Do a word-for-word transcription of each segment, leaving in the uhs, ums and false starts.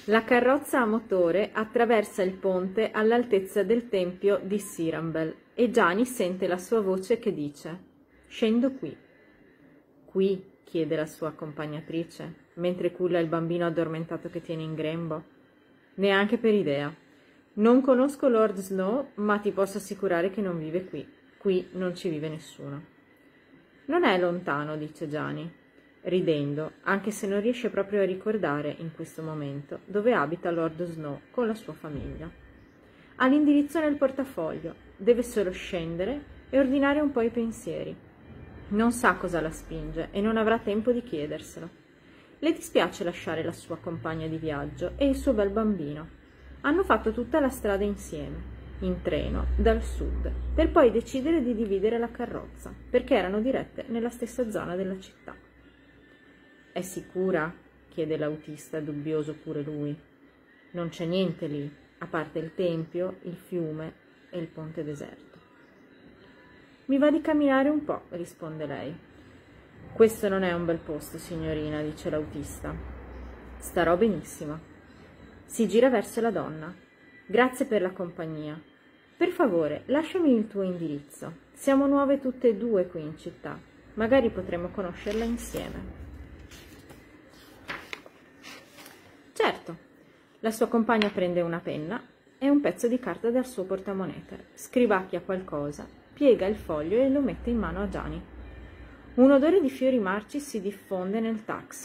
La carrozza a motore attraversa il ponte all'altezza del tempio di Sirambel e Gianni sente la sua voce che dice: «Scendo qui». «Qui?» chiede la sua accompagnatrice, mentre culla il bambino addormentato che tiene in grembo. «Neanche per idea. Non conosco Lord Snow, ma ti posso assicurare che non vive qui. Qui non ci vive nessuno». «Non è lontano», dice Gianni, ridendo, anche se non riesce proprio a ricordare in questo momento dove abita Lord Snow con la sua famiglia. Ha l'indirizzo nel portafoglio, deve solo scendere e ordinare un po' i pensieri. Non sa cosa la spinge e non avrà tempo di chiederselo. Le dispiace lasciare la sua compagna di viaggio e il suo bel bambino. Hanno fatto tutta la strada insieme, in treno, dal sud, per poi decidere di dividere la carrozza, perché erano dirette nella stessa zona della città. «È sicura?» chiede l'autista, dubbioso pure lui. «Non c'è niente lì, a parte il tempio, il fiume e il ponte deserto». «Mi va di camminare un po'», risponde lei. «Questo non è un bel posto, signorina», dice l'autista. «Starò benissimo». Si gira verso la donna. «Grazie per la compagnia. Per favore, lasciami il tuo indirizzo. Siamo nuove tutte e due qui in città. Magari potremo conoscerla insieme». Certo. La sua compagna prende una penna e un pezzo di carta dal suo portamonete, scribacchia qualcosa, piega il foglio e lo mette in mano a Gianni. Un odore di fiori marci si diffonde nel taxi.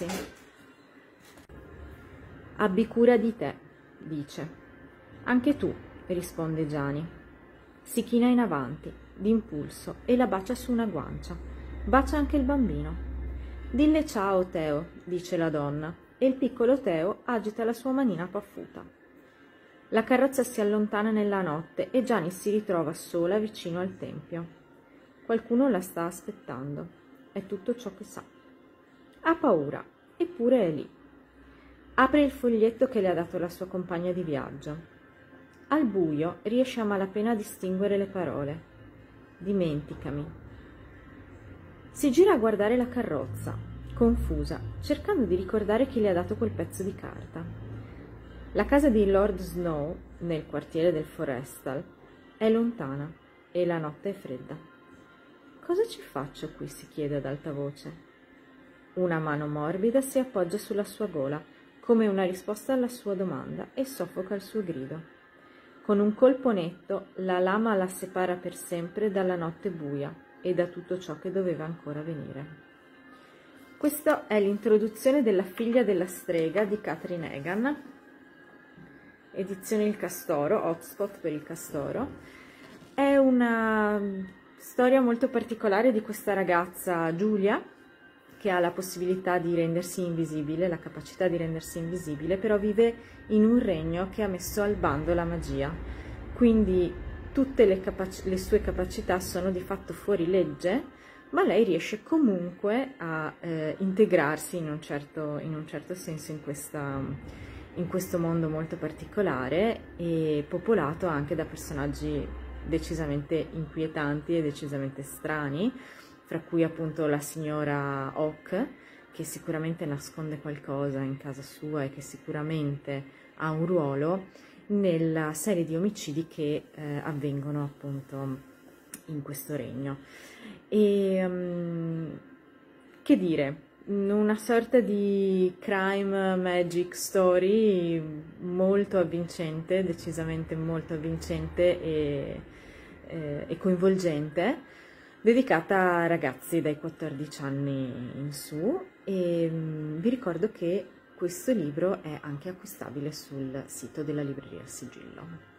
«Abbi cura di te», dice. «Anche tu», risponde Gianni. Si china in avanti, d'impulso, e la bacia su una guancia. Bacia anche il bambino. «Dille ciao, Teo», dice la donna, e il piccolo Teo agita la sua manina paffuta. La carrozza si allontana nella notte e Gianni si ritrova sola vicino al tempio. Qualcuno la sta aspettando. È tutto ciò che sa. Ha paura, eppure è lì. Apre il foglietto che le ha dato la sua compagna di viaggio. Al buio riesce a malapena a distinguere le parole. «Dimenticami». Si gira a guardare la carrozza, confusa, cercando di ricordare chi le ha dato quel pezzo di carta. La casa di Lord Snow, nel quartiere del Forrestal, è lontana e la notte è fredda. «Cosa ci faccio qui?» si chiede ad alta voce. Una mano morbida si appoggia sulla sua gola, come una risposta alla sua domanda, e soffoca il suo grido. Con un colpo netto, la lama la separa per sempre dalla notte buia e da tutto ciò che doveva ancora venire. Questa è l'introduzione della Figlia della strega di Catherine Egan, edizione Il Castoro, hotspot per il Castoro. È una storia molto particolare di questa ragazza Giulia, che ha la possibilità di rendersi invisibile, la capacità di rendersi invisibile, però vive in un regno che ha messo al bando la magia. Quindi tutte le, le sue capacità sono di fatto fuori legge, ma lei riesce comunque a eh, integrarsi in un certo, in un certo senso in, questa, in questo mondo molto particolare e popolato anche da personaggi decisamente inquietanti e decisamente strani, fra cui appunto la signora Hawk, che sicuramente nasconde qualcosa in casa sua e che sicuramente ha un ruolo nella serie di omicidi che eh, avvengono appunto in questo regno. E um, che dire, una sorta di crime magic story molto avvincente, decisamente molto avvincente e, eh, e coinvolgente, dedicata a ragazzi dai quattordici anni in su. E um, vi ricordo che questo libro è anche acquistabile sul sito della libreria Sigillo.